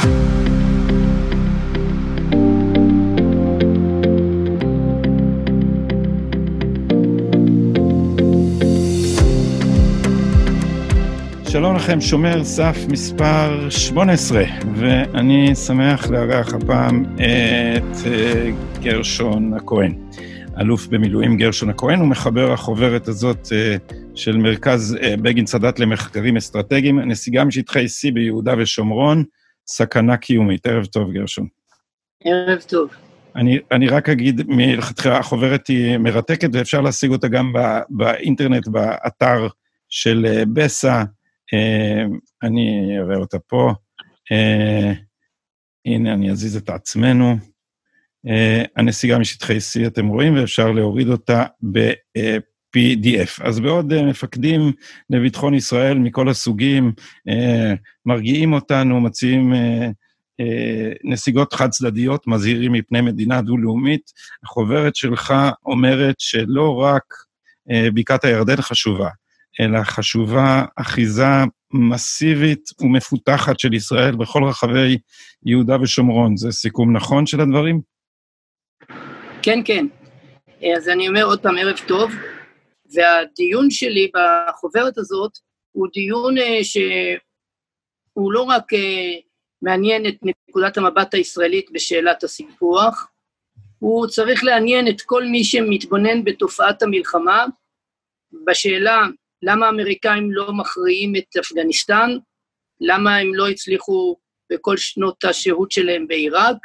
שלום לכם, שומר סף מספר 18, ואני שמח לארח הפעם את גרשון הכהן. אלוף במילואים גרשון הכהן, הוא מחבר החוברת הזאת של מרכז בגין סאדאת למחקרים אסטרטגיים, נסיגה משטחי C ביהודה ושומרון, סכנה קיומית. ערב טוב, גרשון. ערב טוב. אני רק אגיד, מלכתחילה החוברת היא מרתקת, ואפשר להשיג אותה גם באינטרנט, באתר של בסה, אני אראה אותה פה, הנה אני אזיז את עצמנו, הנסיגה משטחי C אתם רואים, ואפשר להוריד אותה ב-PDF. אז בעוד מפקדים לביטחון ישראל מכל הסוגים, מרגיעים אותנו, מציעים נסיגות חד צדדיות, מזהירים מפני מדינה דו-לאומית, החוברת שלך אומרת שלא רק בקעת הירדן חשובה, אלא חשובה אחיזה מסיבית ומפותחת של ישראל בכל רחבי יהודה ושומרון. זה סיכום נכון של הדברים? כן, כן. אז אני אומר עוד פעם ערב טוב, והדיון שלי בחוברת הזאת הוא דיון שהוא לא רק מעניין את נקודת המבט הישראלית בשאלת הסיפוח, הוא צריך לעניין את כל מי שמתבונן בתופעת המלחמה, בשאלה למה האמריקאים לא מכריעים את אפגניסטן, למה הם לא הצליחו בכל שנות השהות שלהם בעיראק,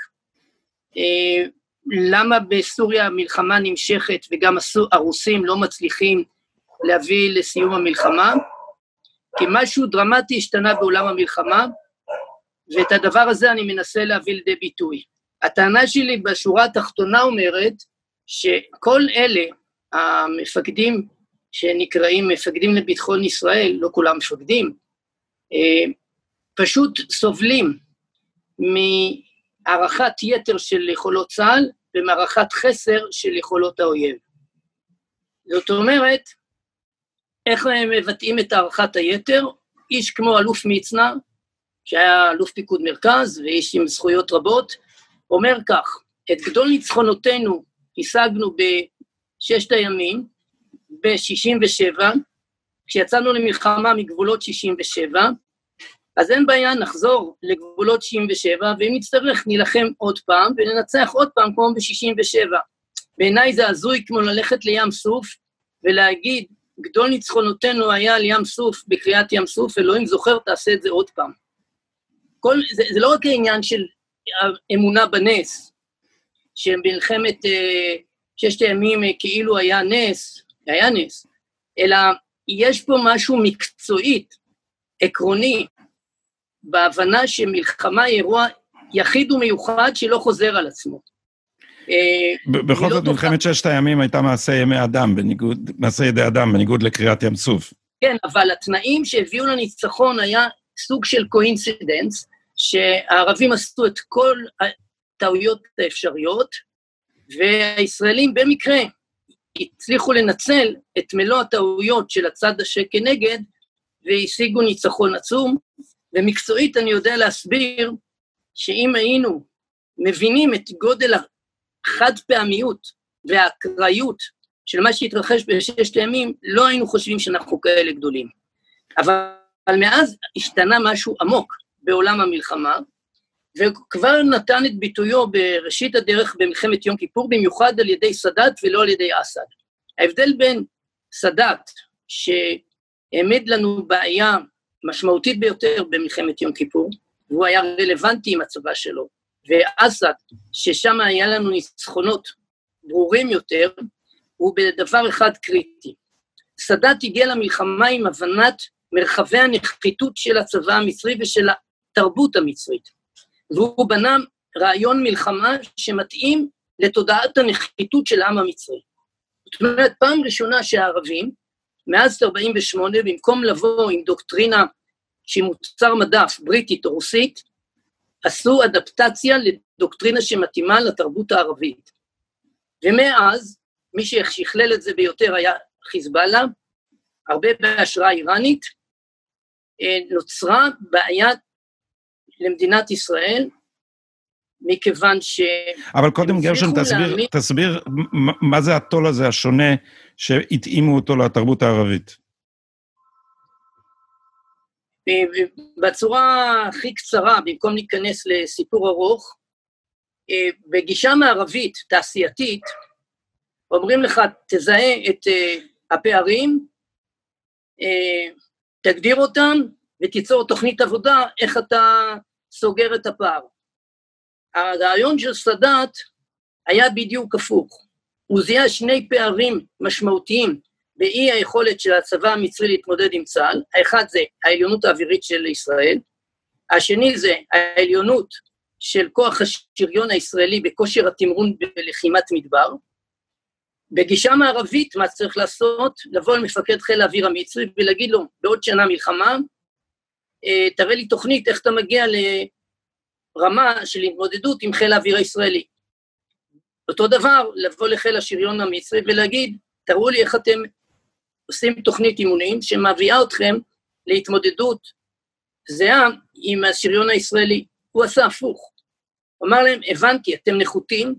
למה בסוריה המלחמה נמשכת וגם הרוסים לא מצליחים להביא לסיום המלחמה, כי משהו דרמטי השתנה בעולם המלחמה, ואת הדבר הזה אני מנסה להביא לידי ביטוי. הטענה שלי בשורה התחתונה אומרת שכל אלה המפקדים שנקראים מפקדים לביטחון ישראל, לא כולם מפקדים, פשוט סובלים מערכת יתר של יכולות צה"ל, ומערכת חסר של יכולות האויב. זאת אומרת, איך הם מבטאים את הערכת היתר? איש כמו אלוף מצנע, שהיה אלוף פיקוד מרכז, ואיש עם זכויות רבות, אומר כך, את גדול ניצחונותינו השגנו בששת הימים, ב-67, כשיצאנו למלחמה מגבולות 67, אז אין בעיה, נחזור לגבולות 67, ואם נצטרך נלחם עוד פעם, וננצח עוד פעם כמו ב-67. בעיניי זה הזוי כמו ללכת לים סוף, ולהגיד, גדול ניצחונותינו היה על ים סוף, בקריאת ים סוף, אלוהים זוכר, תעשה את זה עוד פעם. זה לא רק העניין של אמונה בנס, שבמלחמת ששת הימים כאילו היה נס, אלא יש פה משהו מקצועית, עקרוני, בהבנה שמלחמה היא אירוע יחיד ומיוחד שלא חוזר על עצמו. בכל זאת מלחמת ששת הימים הייתה מעשה ידי אדם, בניגוד לקריאת ים סוף. כן, אבל התנאים שהביאו לניצחון היה סוג של קואינסידנס, שהערבים עשו את כל הטעויות האפשריות, והישראלים במקרה הצליחו לנצל את מלוא הטעויות של הצד שכנגד, והשיגו ניצחון עצום, ומקצועית אני יודע להסביר, שאם היינו מבינים את גודל החד פעמיות, והאקראיות של מה שהתרחש בששת הימים, לא היינו חושבים שאנחנו כאלה גדולים. אבל מאז השתנה משהו עמוק בעולם המלחמה, וכבר נתן את ביטויו בראשית הדרך במלחמת יום כיפור, במיוחד על ידי סאדאת ולא על ידי אסד. ההבדל בין סאדאת, שהעמיד לנו בעיה משמעותית ביותר במלחמת יום כיפור, והוא היה רלוונטי עם הצבא שלו, ואסד, ששם היה לנו ניצחונות ברורים יותר, הוא בדבר אחד קריטי. סאדאת הגיע למלחמה עם הבנת מרחבי הנחיתות של הצבא המצרי ושל התרבות המצרית. והוא בנה רעיון מלחמה שמתאים לתודעת הנחיתות של העם המצרי. זאת אומרת, פעם ראשונה שהערבים, מאז 48, במקום לבוא עם דוקטרינה שהיא מוצר מדף, בריטית או רוסית, עשו אדפטציה לדוקטרינה שמתאימה לתרבות הערבית. ומאז, מי ששכלל את זה ביותר היה חיזבאללה, הרבה בהשראה איראנית, נוצרה בעיה למדינת ישראל, מכיוון ש... אבל קודם גרשון, תסביר מה זה התול הזה השונה, שהתאימו אותו לתרבות הערבית. בצורה הכי קצרה, במקום להיכנס לסיפור ארוך, בגישה מערבית, תעשייתית, אומרים לך, תזהה את הפערים, תגדיר אותם, ותיצור תוכנית עבודה, איך אתה סוגר את הפער. הרעיון של סאדאת היה בדיוק הפוך. הוא זיהה שני פערים משמעותיים באי היכולת של הצבא המצרי להתמודד עם צה"ל. האחד זה העליונות האווירית של ישראל, השני זה העליונות של כוח השריון הישראלי בכושר התמרון בלחימת מדבר. בגישה מערבית מה צריך לעשות? לבוא למפקד חיל האוויר המצרי ולהגיד לו, בעוד שנה מלחמה, תראה לי תוכנית איך אתה מגיע לרמה של התמודדות עם חיל האוויר הישראלי. אותו דבר, לבוא לחיל השריון המצרי ולהגיד, תראו לי איך אתם עושים תוכנית אימונים שמביאה אתכם להתמודדות זהה עם השריון הישראלי. הוא עשה הפוך. הוא אמר להם, הבנתי, אתם נחותים,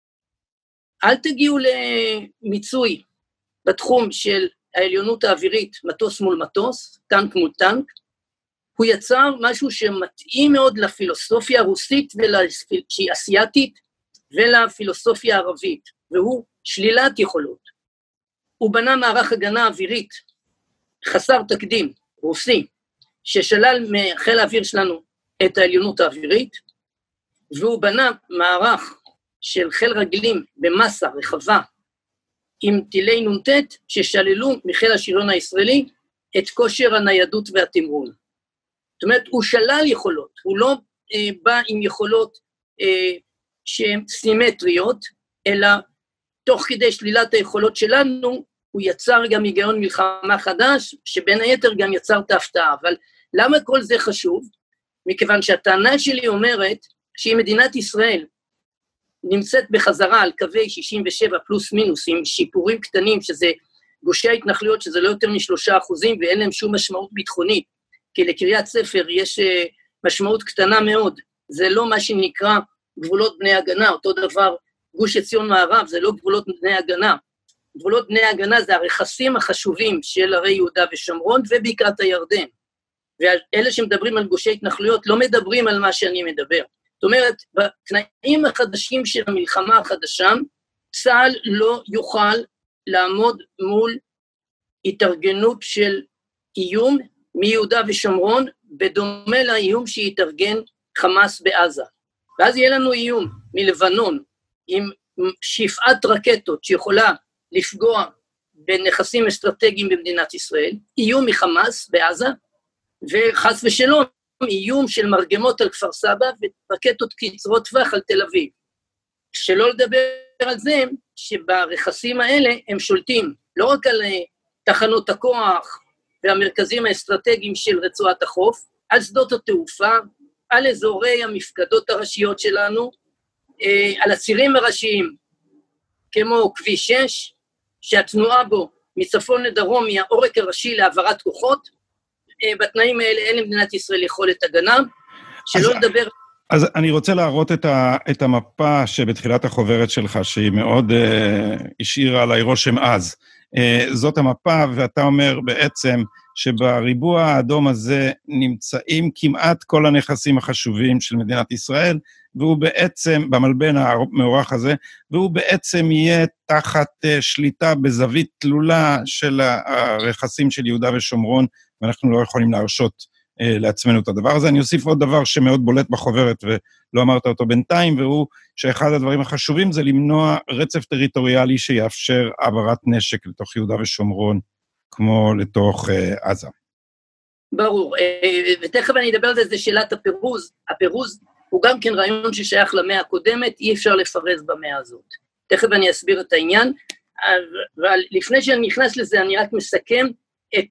אל תגיעו למיצוי בתחום של העליונות האווירית, מטוס מול מטוס, טנק מול טנק, הוא יצר משהו שמתאים מאוד לפילוסופיה הרוסית שהיא אסיאתית ולפילוסופיה הערבית, והוא שלילת יכולות. הוא בנה מערך הגנה אווירית חסר תקדים, רוסי, ששלל מחיל האוויר שלנו את העליונות האווירית, והוא בנה מערך של חיל רגלים במסה רחבה עם טילי נ"ט ששללו מחיל השריון הישראלי את כושר הניידות והתמרון. זאת אומרת, הוא שלל יכולות, הוא לא בא עם יכולות שהן סימטריות, אלא תוך כדי שלילת היכולות שלנו, הוא יצר גם היגיון מלחמה חדש, שבין היתר גם יצר את ההפתעה. אבל למה כל זה חשוב? מכיוון שהטענה שלי אומרת, שהיא מדינת ישראל נמצאת בחזרה על קווי 67 פלוס מינוס, עם שיפורים קטנים, שזה גושי ההתנחלויות, שזה לא יותר מ3%, ואין להם שום משמעות ביטחונית, כי לקריית ספר יש משמעות קטנה מאוד, זה לא מה שנקרא גבולות בני הגנה, אותו דבר גוש עציון מערב, זה לא גבולות בני הגנה, גבולות בני הגנה זה הרכסים החשובים של ערי יהודה ושומרון ובקעת הירדן, ואלה שמדברים על גושי התנחלויות לא מדברים על מה שאני מדבר. זאת אומרת, בתנאים החדשים של המלחמה החדשה, צה"ל לא יוכל לעמוד מול התארגנות של איום מיהודה ושומרון, בדומה לאיום שיתארגן חמאס בעזה. ואז יהיה לנו איום מלבנון, עם שפעת רקטות שיכולה לפגוע בנכסים אסטרטגיים במדינת ישראל, איום מחמאס בעזה, וחס ושלום, איום של מרגמות על כפר סבא, ורקטות קצרות טווח על תל אביב. שלא לדבר על זה, שברכסים האלה הם שולטים, לא רק על תחנות הכוח, והמרכזים האסטרטגיים של רצועת החוף, על שדות התעופה, על אזורי המפקדות הראשיות שלנו, על הצירים הראשיים, כמו כביש 6, שהתנועה בו מצפון לדרום מהעורק הראשי להעברת כוחות, בתנאים האלה אין למדינת ישראל יכולת הגנה, שלא לדבר... אז אני רוצה להראות את המפה שבתחילת החוברת שלך, שהיא מאוד השאירה עליי רושם אז. זאת המפה, ואתה אומר בעצם שבריבוע האדום הזה נמצאים כמעט כל הנכסים החשובים של מדינת ישראל, והוא בעצם, במלבן המאורח הזה, והוא בעצם יהיה תחת שליטה בזווית תלולה של הרכסים של יהודה ושומרון, ואנחנו לא יכולים להרשות לעצמנו את הדבר הזה. אני אוסיף עוד דבר שמאוד בולט בחוברת, ולא אמרת אותו בינתיים, והוא שאחד הדברים החשובים זה למנוע רצף טריטוריאלי שיאפשר העברת נשק לתוך יהודה ושומרון, כמו לתוך עזה. ברור, ותכף אני אדבר על זה, זה שאלת הפירוז. הפירוז הוא גם כן רעיון ששייך למאה הקודמת, אי אפשר לפרז במאה הזאת. תכף אני אסביר את העניין, אבל לפני שאני נכנס לזה, אני רק מסכם את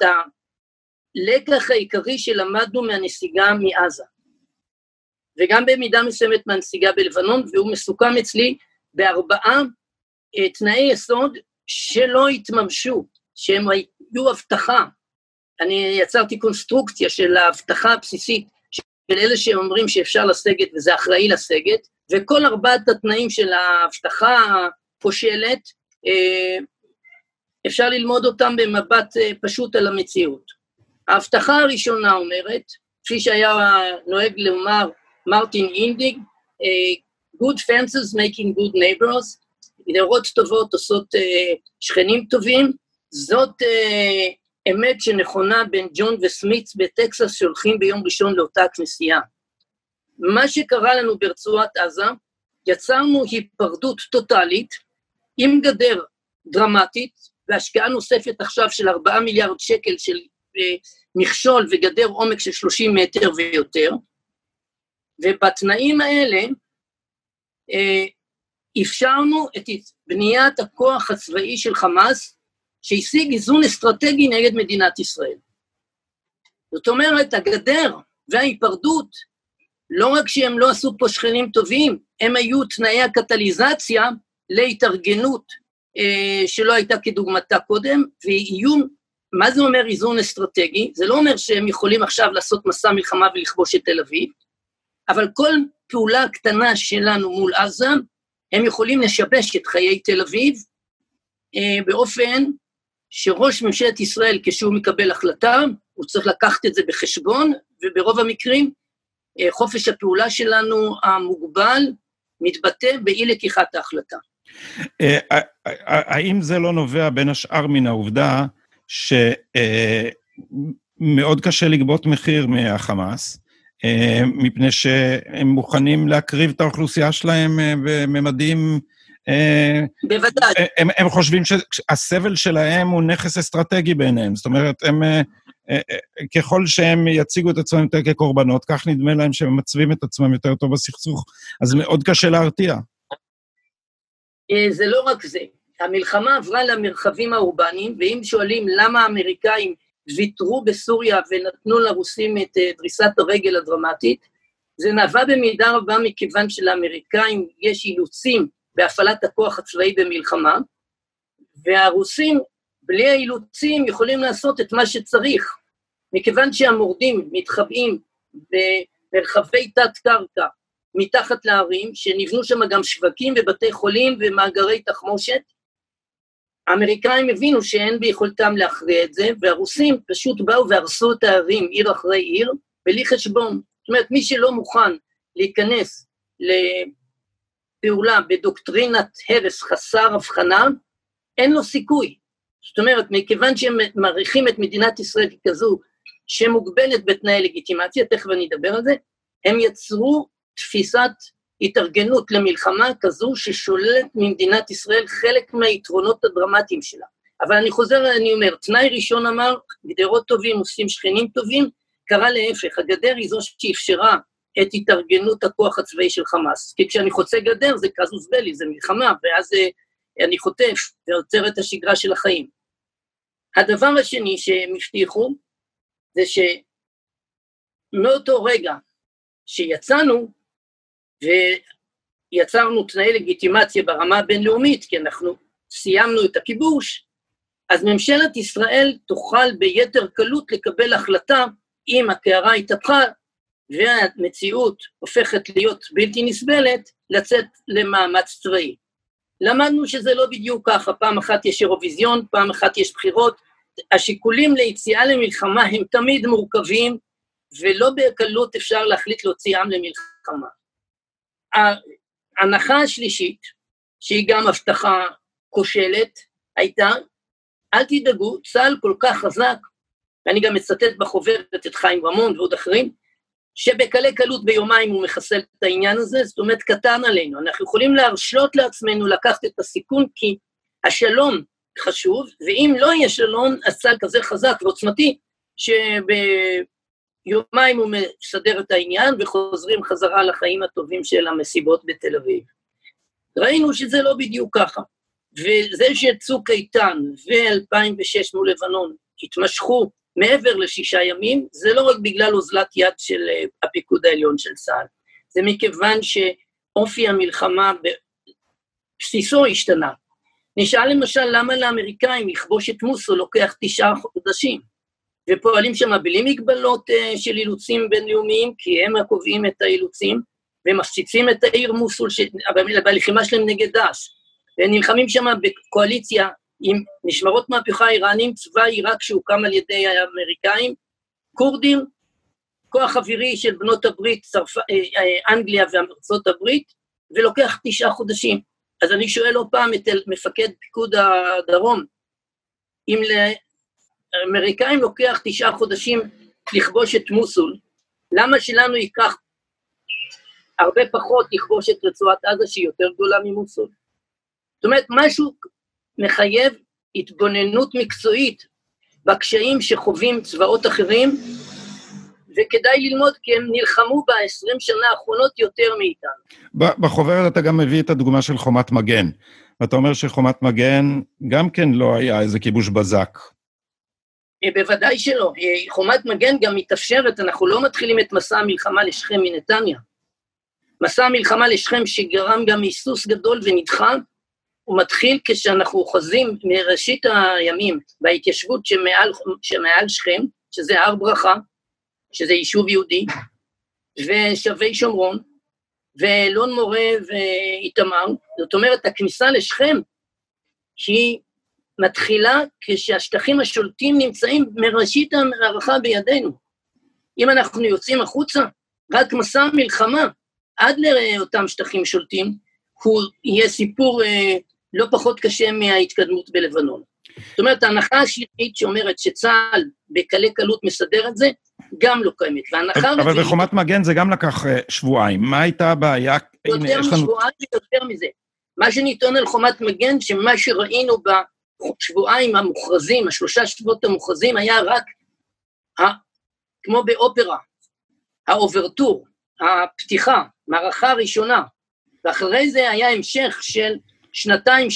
הלקח העיקרי שלמדנו מהנסיגה מעזה, וגם במידה מסוימת מהנסיגה בלבנון, והוא מסוכם אצלי בארבעה תנאי יסוד שלא התממשו, שהם היו הבטחה. אני יצרתי קונסטרוקציה של ההבטחה הבסיסית של אלה שאומרים שאפשר לסגת וזה אחראי לסגת, וכל 4 התנאים של ההבטחה הכושלת, אפשר ללמוד אותם במבט פשוט על המציאות. ההבטחה הראשונה אומרת, כפי שהיה נוהג לומר מרטין אינדיג, good fences making good neighbors, גדרות טובות עושות שכנים טובים, זאת אמת שנכונה בין ג'ון וסמית בטקסס שהולכים ביום ראשון לאותה כנסייה. מה שקרה לנו ברצועת עזה, יצרנו היפרדות טוטלית עם גדר דרמטית, והשקעה נוספת עכשיו של 4 מיליארד שקל של מכשול וגדר עומק של 30 מטר ויותר, ובתנאים האלה אפשרנו את בניית הכוח הצבאי של חמאס, שהשיג איזון אסטרטגי נגד מדינת ישראל. זאת אומרת, הגדר וההיפרדות, לא רק שהם לא עשו פה שכנים טובים, הם היו תנאי הקטליזציה להתארגנות שלא הייתה כדוגמתה קודם, ואיום, מה זה אומר איזון אסטרטגי? זה לא אומר שהם יכולים עכשיו לעשות מסע מלחמה ולכבוש את תל אביב, אבל כל פעולה קטנה שלנו מול עזה, הם יכולים לשבש את חיי תל אביב, באופן שראש ממשלת ישראל, כשהוא מקבל החלטה, הוא צריך לקחת את זה בחשבון, וברוב המקרים, חופש הפעולה שלנו המוגבל, מתבטא באי לקיחת ההחלטה. האם זה לא נובע בין השאר מן העובדה, שמאוד קשה לגבות מחיר מהחמאס, מפני שהם מוכנים להקריב את האוכלוסייה שלהם בממדים... בוודאי. הם חושבים שהסבל שלהם הוא נכס אסטרטגי בעיניהם, זאת אומרת, ככל שהם יציגו את עצמם יותר כקורבנות, כך נדמה להם שהם מצבים את עצמם יותר טוב בסכסוך, אז מאוד קשה להרתיע. זה לא רק זה, המלחמה עברה למרחבים האורבניים, ואם שואלים למה האמריקאים ויתרו בסוריה ונתנו לרוסים את דריסת הרגל הדרמטית, זה נבע במידה רבה מכיוון שלאמריקאים יש אילוצים בהפעלת הכוח הצבאי במלחמה, והרוסים בלי האילוצים יכולים לעשות את מה שצריך, מכיוון שהמורדים מתחבאים במרחבי תת קרקע מתחת לערים, שנבנו שם גם שווקים ובתי חולים ומאגרי תחמושת, האמריקאים הבינו שאין ביכולתם להכריע את זה, והרוסים פשוט באו והרסו את הערים עיר אחרי עיר, בלי חשבון. זאת אומרת, מי שלא מוכן להיכנס לפעולה בדוקטרינת הרס חסר הבחנה, אין לו סיכוי. זאת אומרת, מכיוון שהם מעריכים את מדינת ישראל כזו, שמוגבלת בתנאי לגיטימציה, תכף אני אדבר על זה, הם יצרו תפיסת התארגנות למלחמה כזו ששוללת ממדינת ישראל חלק מהיתרונות הדרמטיים שלה. אבל אני חוזר, אני אומר, תנאי ראשון אמר, גדרות טובים עושים שכנים טובים, קרה להפך, הגדר היא זו שאפשרה את התארגנות הכוח הצבאי של חמאס, כי כשאני חוצה גדר זה קזוס בלי, זה מלחמה, ואז אני חוטף ועוצר את השגרה של החיים. הדבר השני שהם הבטיחו, זה שמאותו רגע שיצאנו, ויצרנו תנאי לגיטימציה ברמה הבינלאומית, כי אנחנו סיימנו את הכיבוש, אז ממשלת ישראל תוכל ביתר קלות לקבל החלטה, אם הקערה התהפכה, והמציאות הופכת להיות בלתי נסבלת, לצאת למאמץ צבאי. למדנו שזה לא בדיוק ככה, פעם אחת יש אירוויזיון, פעם אחת יש בחירות, השיקולים ליציאה למלחמה הם תמיד מורכבים, ולא בקלות אפשר להחליט להוציאם למלחמה. ההנחה השלישית, שהיא גם הבטחה כושלת, הייתה, אל תדאגו, צה"ל כל כך חזק, ואני גם מצטט בחוברת את חיים רמון ועוד אחרים, שבקלי קלות ביומיים הוא מחסל את העניין הזה, זאת אומרת קטן עלינו, אנחנו יכולים להרשות לעצמנו לקחת את הסיכון, כי השלום חשוב, ואם לא יהיה שלום, אז צה"ל כזה חזק ועוצמתי, יומיים הוא מסדר את העניין, וחוזרים חזרה לחיים הטובים של המסיבות בתל אביב. ראינו שזה לא בדיוק ככה, וזה שצוק איתן ו-2006 מול לבנון התמשכו מעבר ל6 ימים, זה לא רק בגלל אוזלת יד של הפיקוד העליון של צה"ל, זה מכיוון שאופי המלחמה בבסיסו השתנה. נשאל למשל למה לאמריקאים לכבוש את מוסול לוקח 9 חודשים, ופועלים שם בלי מגבלות של אילוצים בינלאומיים, כי הם הקובעים את האילוצים, והם מפציצים את העיר מוסול, בלחימה שלהם נגד דאעש, והם נלחמים שם בקואליציה עם משמרות מהפכה איראנים, צבא עיראק שהוקם על ידי האמריקאים, קורדים, כוח אווירי של בנות הברית, אנגליה וארצות הברית, ולוקח 9 חודשים. אז אני שואל עוד פעם את מפקד פיקוד הדרום, אם לאמריקאים לוקח 9 חודשים לכבוש את מוסול, למה שלנו ייקח הרבה פחות לכבוש את רצועת עזה שהיא יותר גדולה ממוסול? זאת אומרת, משהו מחייב התבוננות מקצועית בקשיים שחווים צבאות אחרים, וכדאי ללמוד כי הם נלחמו ב-20 שנה האחרונות יותר מאיתנו. בחוברת אתה גם מביא את הדוגמה של חומת מגן, ואתה אומר שחומת מגן גם כן לא היה איזה כיבוש בזק. בוודאי שלא, חומת מגן גם מתאפשרת, אנחנו לא מתחילים את מסע המלחמה לשכם מנתניה. מסע המלחמה לשכם שגרם גם היסוס גדול ונדחה, הוא מתחיל כשאנחנו אוחזים מראשית הימים בהתיישבות שמעל שכם, שזה הר ברכה, שזה יישוב יהודי, ושבי שומרון, ואלון מורה ואיתמר. זאת אומרת, הכניסה לשכם היא מתחילה כשהשטחים השולטים נמצאים מראשית המערכה בידינו. אם אנחנו יוצאים החוצה, רק מסע המלחמה עד לאותם שטחים שולטים, הוא יהיה סיפור לא פחות קשה מההתקדמות בלבנון. זאת אומרת, ההנחה השלישית שאומרת שצה"ל בקלי קלות מסדר את זה, גם לא קיימת. אבל בחומת מגן זה גם לקח שבועיים. מה הייתה הבעיה? יותר משבועיים ויותר מזה. מה שניתן על חומת מגן, שמה שראינו בשבועיים המוכרזים, 3 שבועות המוכרזים, היה רק, כמו באופרה, האוברטור, הפתיחה, מערכה ראשונה, ואחרי זה היה המשך של 2-3,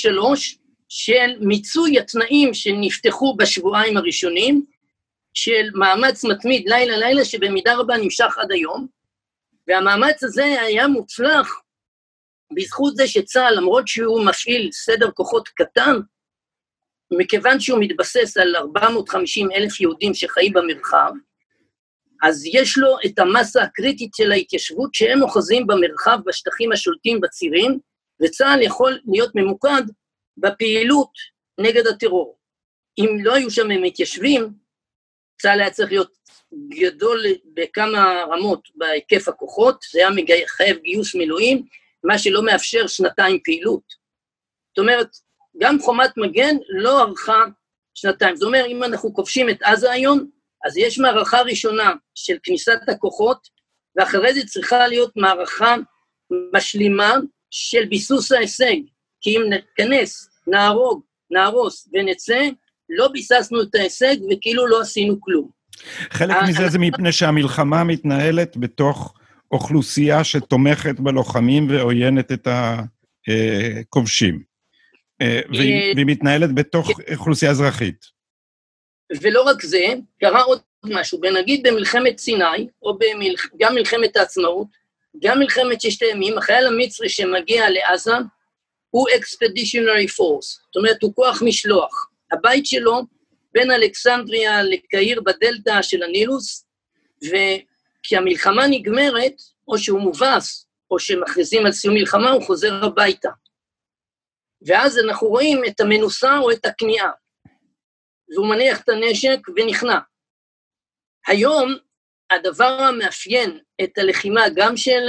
של מיצוי התנאים שנפתחו בשבועיים הראשונים, של מאמץ מתמיד לילה, שבמידה רבה נמשך עד היום, והמאמץ הזה היה מוצלח, בזכות זה שצה"ל, למרות שהוא מפעיל סדר כוחות קטן, מכיוון שהוא מתבסס על 450,000 יהודים שחיים במרחב, אז יש לו את המסה הקריטית של ההתיישבות, שהם אוחזים במרחב, בשטחים השולטים בצירים, וצה"ל יכול להיות ממוקד בפעילות נגד הטרור. אם לא היו שם מתיישבים, צה"ל היה צריך להיות גדול בכמה רמות בהיקף הכוחות, זה היה מחייב גיוס מילואים, מה שלא מאפשר 2 פעילות. זאת אומרת, גם חומת מגן לא ערכה 2. זאת אומרת, אם אנחנו כובשים את עזה היום, אז יש מערכה ראשונה של כניסת הכוחות, ואחרי זה צריכה להיות מערכה משלימה של ביסוס ההישג, כי אם נכנס, נהרוג, נהרוס ונצא, לא ביססנו את ההישג וכאילו לא עשינו כלום. חלק מזה זה מפני שהמלחמה מתנהלת בתוך אוכלוסייה שתומכת בלוחמים ועוינת את הכובשים, והיא מתנהלת בתוך אוכלוסייה אזרחית. ולא רק זה, קרה עוד משהו, נגיד במלחמת סיני, או גם מלחמת העצמאות, גם מלחמת 6 ימים, החייל המצרי שמגיע לעזה, הוא expeditionary force, זאת אומרת, הוא כוח משלוח. הבית שלו בין אלכסנדריה לקהיר בדלטה של הנילוס, וכשהמלחמה נגמרת, או שהוא מובס, או שמכריזים על סיום מלחמה, הוא חוזר הביתה. ואז אנחנו רואים את המנוסה או את הכניעה. והוא מניח את הנשק ונכנע. היום, הדבר המאפיין את הלחימה, גם של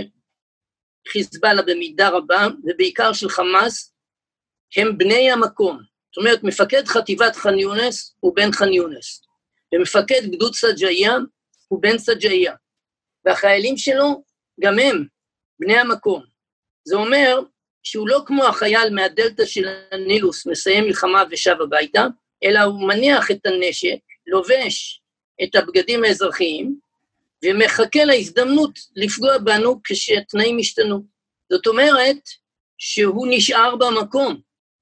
חיזבאללה במידה רבה, ובעיקר של חמאס, הם בני המקום. זאת אומרת, מפקד חטיבת ח'אן יונס הוא בן ח'אן יונס, ומפקד גדוד סג'איה הוא בן סג'איה, והחיילים שלו גם הם בני המקום. זה אומר שהוא לא כמו החייל מהדלטה של הנילוס, מסיים מלחמה ושב הביתה, אלא הוא מניח את הנשק, לובש את הבגדים האזרחיים, ומחכה להזדמנות לפגוע בנו כשהתנאים השתנו. זאת אומרת שהוא נשאר במקום.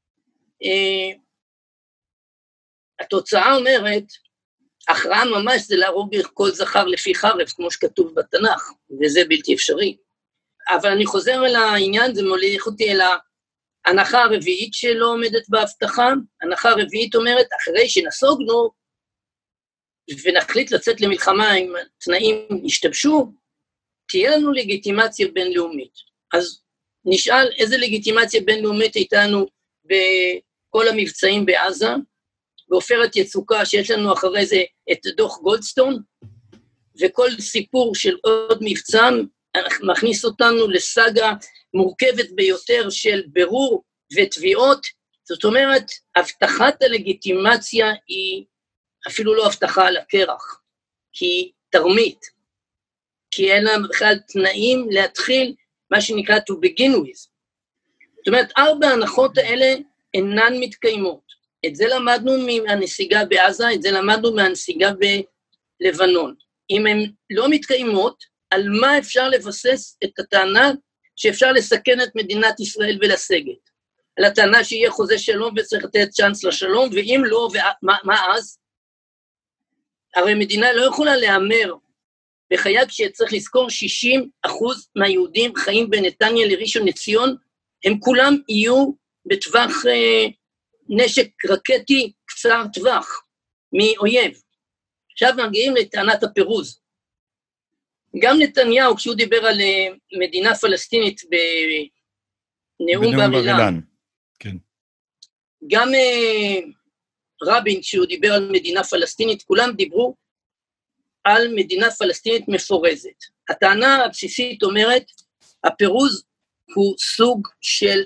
התוצאה אומרת, הכרעה ממש זה להרוג כל זכר לפי חרב, כמו שכתוב בתנ"ך, וזה בלתי אפשרי. אבל אני חוזר אל העניין, זה מוליך אותי אל ההנחה הרביעית שלא עומדת בהבטחה. הנחה הרביעית אומרת, אחרי שנסוגנו, ונחליט לצאת למלחמה אם התנאים ישתבשו, תהיה לנו לגיטימציה בינלאומית. אז נשאל איזה לגיטימציה בינלאומית איתנו בכל המבצעים בעזה, בעופרת יצוקה שיש לנו אחרי זה את דוח גולדסטון, וכל סיפור של עוד מבצע מכניס אותנו לסאגה מורכבת ביותר של בירור ותביעות. זאת אומרת, הבטחת הלגיטימציה היא אפילו לא הבטחה על הקרח, כי היא תרמית, כי אין לה בכלל תנאים להתחיל מה שנקרא to begin with. זאת אומרת, 4 ההנחות האלה אינן מתקיימות. את זה למדנו מהנסיגה בעזה, את זה למדנו מהנסיגה בלבנון. אם הן לא מתקיימות, על מה אפשר לבסס את הטענה שאפשר לסכן את מדינת ישראל ולסגת? על הטענה שיהיה חוזה שלום וצריך לתת צ'אנס לשלום, ואם לא, מה אז? הרי מדינה לא יכולה לאמר בחיי, כשצריך לזכור 60% מהיהודים חיים בנתניה לראשון לציון, הם כולם יהיו בטווח נשק רקטי קצר טווח מאויב. עכשיו מגיעים לטענת הפירוז. גם נתניהו, כשהוא דיבר על מדינה פלסטינית בנאום בר אילן, כן. גם רבין, כשהוא דיבר על מדינה פלסטינית, כולם דיברו על מדינה פלסטינית מפורזת. הטענה הבסיסית אומרת, הפירוז הוא סוג של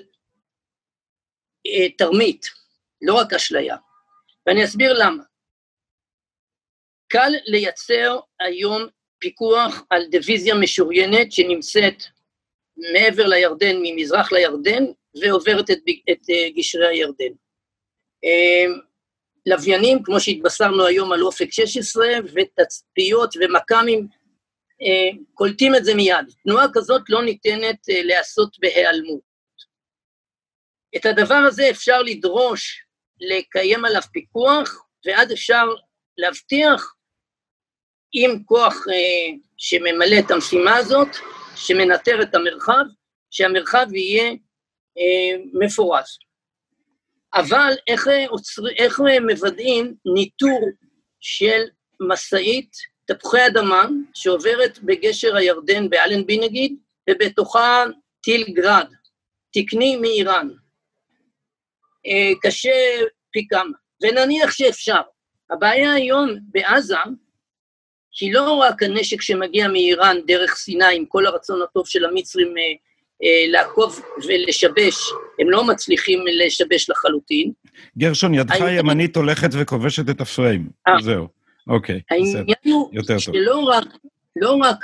תרמית, לא רק אשליה. ואני אסביר למה. קל לייצר היום פיקוח על דיוויזיה משוריינת שנמצאת מעבר לירדן, ממזרח לירדן, ועוברת את גשרי הירדן. לוויינים, כמו שהתבשרנו היום על אופק 16, ותצפיות ומקמים, קולטים את זה מיד. תנועה כזאת לא ניתנת לעשות בהיעלמות. את הדבר הזה אפשר לדרוש לקיים עליו פיקוח, ועד אפשר להבטיח עם כוח שממלא את המשימה הזאת, שמנטר את המרחב, שהמרחב יהיה מפורז. אבל איך מוודאים ניטור של מסעית תפוחי אדמה, שעוברת בגשר הירדן באלנבי נגיד, ובתוכה טיל גרד, תקני מאיראן. קשה פי כמה, ונניח שאפשר. הבעיה היום בעזה, היא לא רק הנשק שמגיע מאיראן דרך סיני, עם כל הרצון הטוב של המצרים לעקוב ולשבש, הם לא מצליחים לשבש לחלוטין. גרשון, ידך ימנית הולכת וכובשת את הפריים, זהו, אוקיי, העניין הוא שלא רק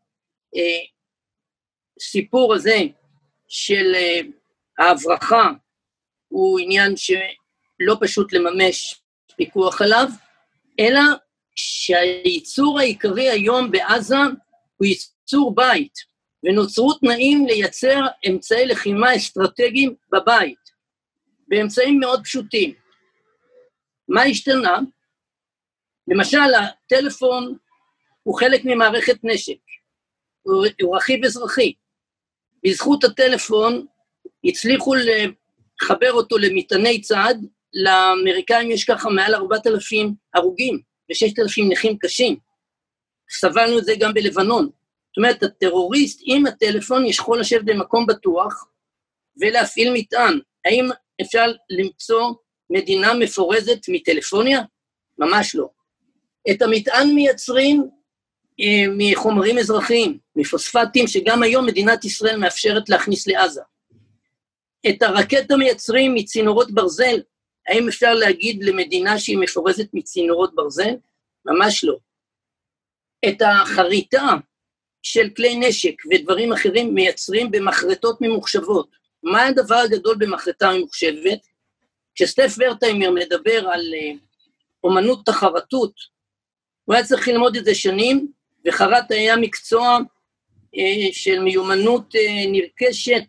הסיפור הזה של ההברחה, הוא עניין שלא פשוט לממש פיקוח עליו, אלא שהייצור העיקרי היום בעזה הוא ייצור בית, ונוצרו תנאים לייצר אמצעי לחימה אסטרטגיים בבית, באמצעים מאוד פשוטים. מה השתנה? למשל, הטלפון הוא חלק ממערכת נשק, הוא רכיב אזרחי. בזכות הטלפון הצליחו לחבר אותו למטעני צד, לאמריקאים יש ככה מעל 4,000 הרוגים, ו6,000 נכים קשים. סבלנו את זה גם בלבנון. זאת אומרת, הטרוריסט עם הטלפון יכול לשבת במקום בטוח, ולהפעיל מטען. האם אפשר למצוא מדינה מפורזת מטלפוניה? ממש לא. את המטען מייצרים מחומרים אזרחיים, מפוספטים, שגם היום מדינת ישראל מאפשרת להכניס לעזה. את הרקטה מייצרים מצינורות ברזל. האם אפשר להגיד למדינה שהיא מפורזת מצינורות ברזל? ממש לא. את החריטה של כלי נשק ודברים אחרים מייצרים במחרטות ממוחשבות. מה הדבר הגדול במחרטה ממוחשבת? כשסטף ורטהיימר מדבר על אומנות תחרתות, הוא היה צריך ללמוד את זה שנים, וחרט היה מקצוע של מיומנות נרכשת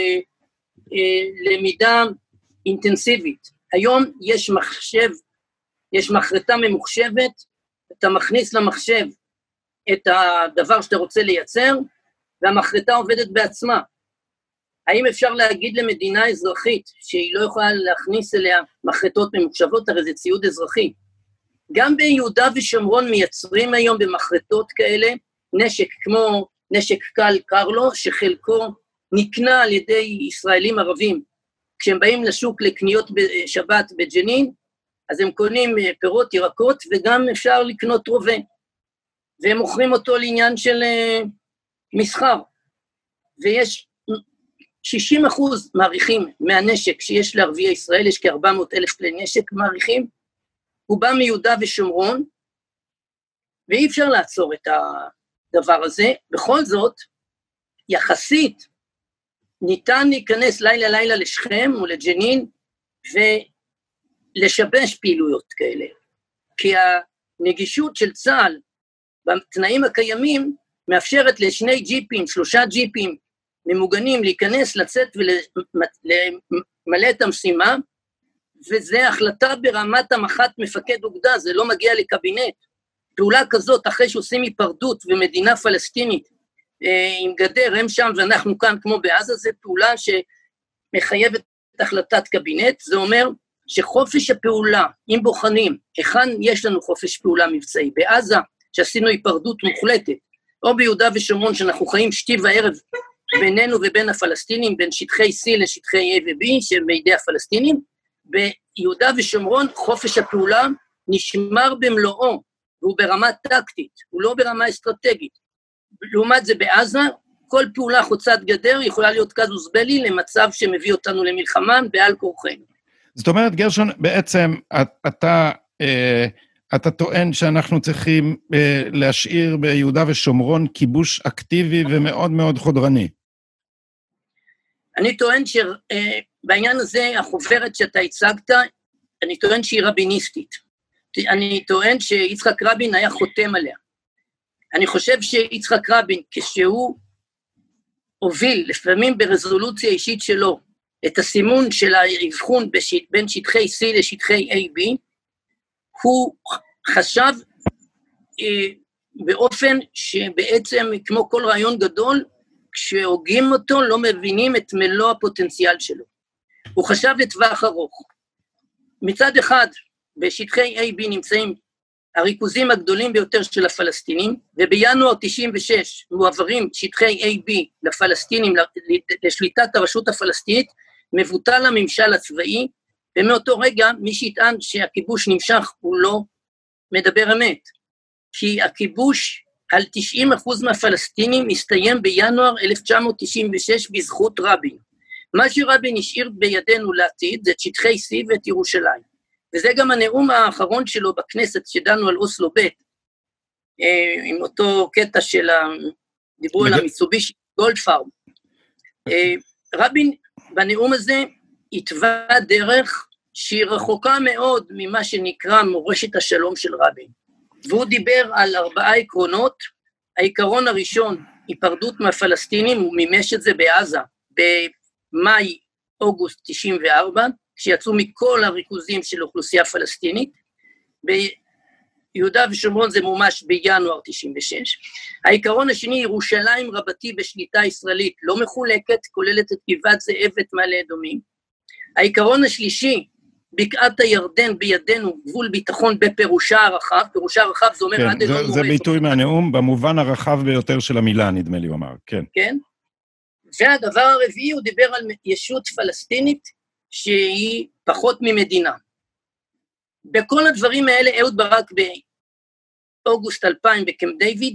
בלמידה אינטנסיבית. היום יש מחשב, יש מחרטה ממוחשבת, אתה מכניס למחשב את הדבר שאתה רוצה לייצר, והמחרטה עובדת בעצמה. האם אפשר להגיד למדינה אזרחית שהיא לא יכולה להכניס אליה מחרטות ממוחשבות? הרי זה ציוד אזרחי. גם ביהודה ושומרון מייצרים היום במחרטות כאלה, נשק כמו נשק קל קרלו, שחלקו נקנה על ידי ישראלים ערבים, כשהם באים לשוק לקניות בשבת בג'נין, אז הם קונים פירות, ירקות, וגם אפשר לקנות רובה, והם מוכרים אותו לעניין של מסחר, ויש 60% מעריכים מהנשק שיש לערביי ישראל, יש כ-400,000 כלי נשק מעריכים, הוא בא מיהודה ושומרון, ואי אפשר לעצור את הדבר הזה, בכל זאת, יחסית, ניתן להיכנס לילה לשכם או לג'נין, ולשבש פעילויות כאלה, כי הנגישות של צה"ל, בתנאים הקיימים, מאפשרת לשני ג'יפים, 3 ג'יפים, ממוגנים להיכנס, לצאת ולמלא את המשימה, וזה החלטה ברמת המח"ט מפקד אוגדה, זה לא מגיע לקבינט. פעולה כזאת, אחרי שעושים היפרדות ומדינה פלסטינית, עם גדר, הם שם ואנחנו כאן כמו בעזה, זה פעולה שמחייבת החלטת קבינט, זה אומר שחופש הפעולה, אם בוחנים, היכן יש לנו חופש פעולה מבצעי, בעזה, שעשינו היפרדות מוחלטת, או ביהודה ושומרון, שאנחנו חיים שתי וערב בינינו ובין הפלסטינים, בין שטחי C לשטחי A ו-B, שהם בידי הפלסטינים, ביהודה ושומרון חופש הפעולה נשמר במלואו, והוא ברמה טקטית, הוא לא ברמה אסטרטגית. לעומת זה בעזה, כל פעולה חוצת גדר יכולה להיות קזוס בלי למצב שמביא אותנו למלחמה בעל כורחנו. זאת אומרת, גרשון, בעצם אתה טוען שאנחנו צריכים להשאיר ביהודה ושומרון כיבוש אקטיבי ומאוד מאוד חודרני. אני טוען שבעניין הזה, החוברת שאתה הצגת, אני טוען שהיא רביניסטית. אני טוען שיצחק רבין היה חותם עליה. אני חושב שיצחק רבין, כשהוא הוביל, לפעמים ברזולוציה אישית שלו, את הסימון של ההבחון בין שטחי C לשטחי A-B, הוא חשב באופן שבעצם, כמו כל רעיון גדול, כשהוגים אותו לא מבינים את מלוא הפוטנציאל שלו. הוא חשב לטווח ארוך. מצד אחד, בשטחי A-B נמצאים הריכוזים הגדולים ביותר של הפלסטינים, ובינואר 96 מועברים שטחי A-B לפלסטינים, לשליטת הרשות הפלסטינית, מבוטל הממשל הצבאי, ומאותו רגע מי שיטען שהכיבוש נמשך הוא לא מדבר אמת, כי הכיבוש על 90% מהפלסטינים מסתיים בינואר 1996 בזכות רבין. מה שרבין השאיר בידינו לעתיד זה את שטחי C ואת ירושלים. וזה גם הנאום האחרון שלו בכנסת שדנו על אוסלו ב', עם אותו קטע של דיברו על המיצובישי גולדפארם. רבין בנאום הזה התווה דרך שהיא רחוקה מאוד ממה שנקרא מורשת השלום של רבין. והוא דיבר על 4 עקרונות. העיקרון הראשון, היפרדות מהפלסטינים, הוא מימש את זה בעזה, במאי-אוגוסט 94, כשיצאו מכל הריכוזים של אוכלוסייה פלסטינית. ביהודה ושומרון זה מומש בינואר 96. העיקרון השני, ירושלים רבתי בשליטה ישראלית, לא מחולקת, כוללת את גבעת זאב ואת מעלה אדומים. העיקרון השלישי, בקעת הירדן בידינו, גבול ביטחון בפירושה הרחב, פירושה הרחב זה אומר עד אלון מורס. זה ביטוי מהנאום, במובן הרחב ביותר של המילה, נדמה לי, הוא אמר, כן. כן, והדבר הרביעי, הוא דיבר על ישות פלסטינית, שהיא פחות ממדינה. בכל הדברים האלה, אהוד ברק באוגוסט 2000 בקמפ דיוויד,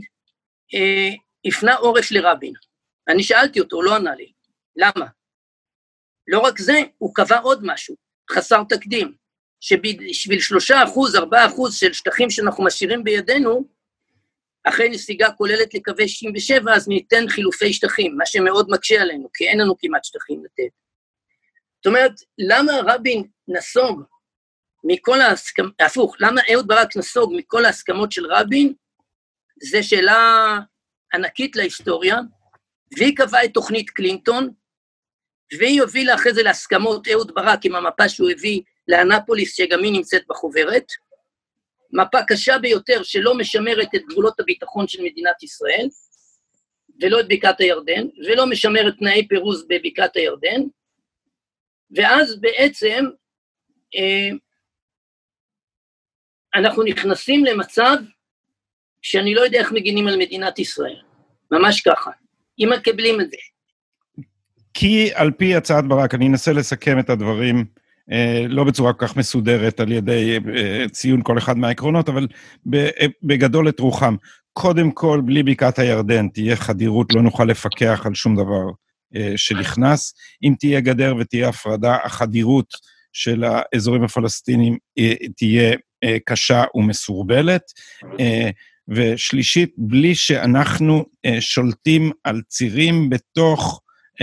הפנה עורף לרבין. אני שאלתי אותו, הוא לא ענה לי. למה? לא רק זה, הוא קבע עוד משהו, חסר תקדים, שבשביל 3%, 4% של שטחים שאנחנו משאירים בידינו, אחרי נסיגה כוללת לקווי 67, אז ניתן חילופי שטחים, מה שמאוד מקשה עלינו, כי אין לנו כמעט שטחים לתת. זאת אומרת, למה רבין נסוג מכל ההסכמות, הפוך, למה אהוד ברק נסוג מכל ההסכמות של רבין, זה שאלה ענקית להיסטוריה, והיא קבעה את תוכנית קלינטון, והיא הובילה אחרי זה להסכמות אהוד ברק עם המפה שהוא הביא לאנפוליס, שגם היא נמצאת בחוברת, מפה קשה ביותר שלא משמרת את גבולות הביטחון של מדינת ישראל, ולא את בקעת הירדן, ולא משמרת תנאי פירוז בבקעת הירדן, ואז בעצם אנחנו נכנסים למצב שאני לא יודע איך מגינים על מדינת ישראל. ממש ככה. אם מקבלים את זה. כי על פי הצעת ברק, אני אנסה לסכם את הדברים, לא בצורה כל כך מסודרת על ידי ציון כל אחד מהעקרונות, אבל בגדול את רוחם. קודם כל, בלי בקעת הירדן, תהיה חדירות, לא נוכל לפקח על שום דבר שנכנס. אם תהיה גדר ותהיה הפרדה, החדירות של האזורים הפלסטינים תהיה קשה ומסורבלת. ושלישית, בלי שאנחנו שולטים על צירים בתוך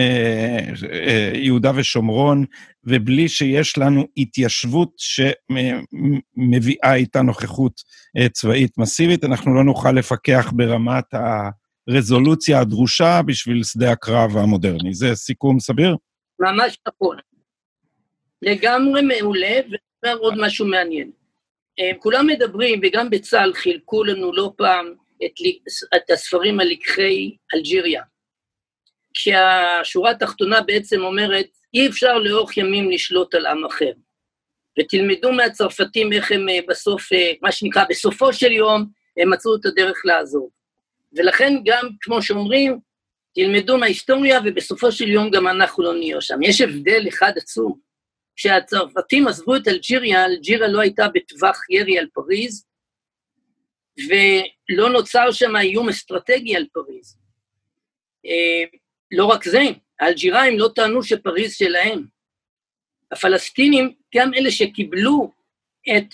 יהודה ושומרון, ובלי שיש לנו התיישבות שמביאה איתה נוכחות צבאית מסיבית, אנחנו לא נוכל לפקח ברמת הרזולוציה הדרושה בשביל שדה הקרב המודרני. זה סיכום סביר? ממש נכון. לגמרי מעולה, ואומר עוד משהו מעניין. כולם מדברים, וגם בצה"ל חילקו לנו לא פעם את הספרים על לקחי אלג'יריה, שהשורה התחתונה בעצם אומרת, אי אפשר לאורך ימים לשלוט על עם אחר, ותלמדו מהצרפתים איך הם בסוף, מה שנקרא, בסופו של יום, הם מצאו את הדרך לעזור. ולכן גם, כמו שאומרים, תלמדו מההיסטוריה, ובסופו של יום גם אנחנו לא נהיה שם. יש הבדל אחד עצום, כשהצרפתים עזבו את אלג'יריה, אלג'יריה לא הייתה בטווח ירי על פריז, ולא נוצר שם איום אסטרטגי על פריז. לא רק זה, האלג'יראים לא טענו שפריז שלהם. הפלסטינים, גם אלה שקיבלו את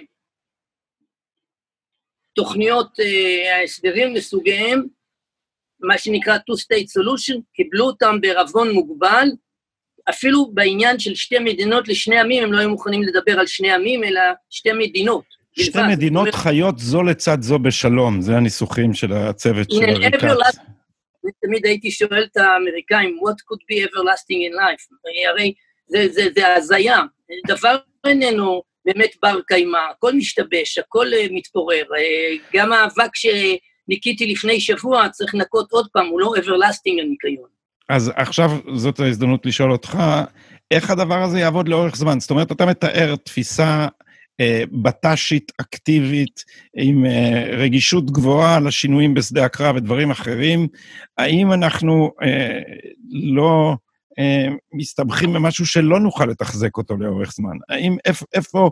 תוכניות ההסדרים לסוגיהם, מה שנקרא two-state solution, קיבלו אותם בערבון מוגבל, אפילו בעניין של שתי מדינות לשני עמים, הם לא היו מוכנים לדבר על שני עמים, אלא שתי מדינות. שתי מדינות חיות זו לצד זו בשלום, זה הניסוחים של הצוות של הריקת. תמיד הייתי שואל את האמריקאים, what could be everlasting in life? הרי זה הזיה, דבר איננו באמת בר קיימה, הכל משתבש, הכל מתפורר, גם האבק שניקיתי לפני שבוע, צריך לנקות עוד פעם, הוא לא everlasting הניקיון. אז עכשיו זאת ההזדמנות לשאול אותך, איך הדבר הזה יעבוד לאורך זמן? זאת אומרת, אתה מתאר תפיסה בט"שית אקטיבית, עם רגישות גבוהה לשינויים בשדה הקרב ודברים אחרים, האם אנחנו לא מסתבכים במשהו שלא נוכל לתחזק אותו לאורך זמן? האם איפה,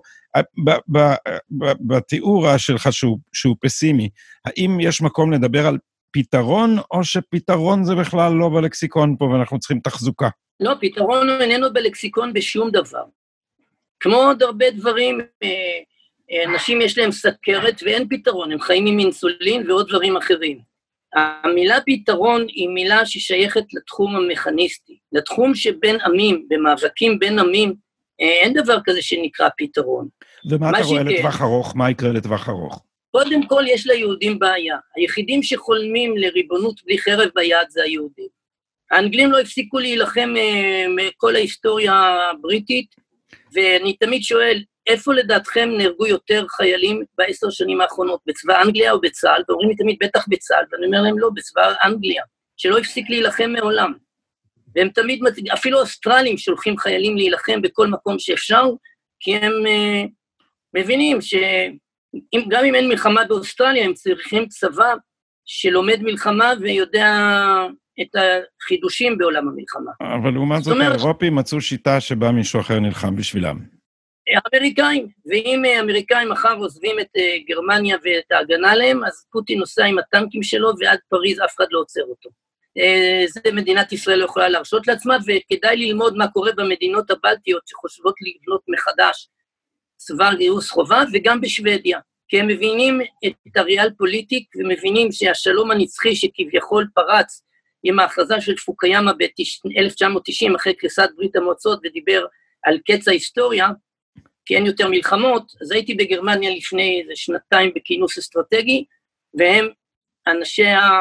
בתיאור שלך שהוא פסימי, האם יש מקום לדבר על פתרון, או שפתרון זה בכלל לא בלקסיקון פה, ואנחנו צריכים תחזוקה? לא, פתרון איננו בלקסיקון בשום דבר. כמו עוד הרבה דברים, אנשים יש להם סכרת ואין פתרון, הם חיים עם אינסולין ועוד דברים אחרים. המילה פתרון היא מילה ששייכת לתחום המכניסטי, לתחום שבין עמים, במאבקים בין עמים, אין דבר כזה שנקרא פתרון. ומה אתה רואה לטווח ארוך? מה יקרה לטווח ארוך? קודם כל יש ליהודים בעיה, היחידים שחולמים לריבונות בלי חרב ביד זה היהודים. האנגלים לא הפסיקו להילחם מכל ההיסטוריה הבריטית, ואני תמיד שואל, איפה לדעתכם נהרגו יותר חיילים ב10 שנים האחרונות, בצבא אנגליה או בצה"ל? ואומרים לי תמיד, בטח בצה"ל, ואני אומר להם לא, בצבא אנגליה, שלא הפסיק להילחם מעולם. והם תמיד, אפילו אוסטרלים שולחים חיילים להילחם בכל מקום שאפשר, כי הם מבינים שגם אם אין מלחמה באוסטרליה, הם צריכים צבא שלומד מלחמה ויודע את החידושים בעולם המלחמה. אבל לעומת זאת, האירופים מצאו שיטה שבה מישהו אחר נלחם בשבילם. האמריקאים, ואם האמריקאים מחר עוזבים את גרמניה ואת ההגנה להם, אז פוטין נוסע עם הטנקים שלו, ועד פריז אף אחד לא עוצר אותו. זה מדינת ישראל לא יכולה להרשות לעצמה, וכדאי ללמוד מה קורה במדינות הבלטיות, שחושבות לבנות מחדש צבא גיוס חובה, וגם בשוודיה. כי הם מבינים את הריאל פוליטיק, ומבינים שהשלום הנצחי שכביכול פרץ, עם ההכרזה של פוקיאמה ב-1990, אחרי קריסת ברית המועצות, ודיבר על קץ ההיסטוריה, כי אין יותר מלחמות, אז הייתי בגרמניה לפני שנתיים בכינוס אסטרטגי, והם, אנשי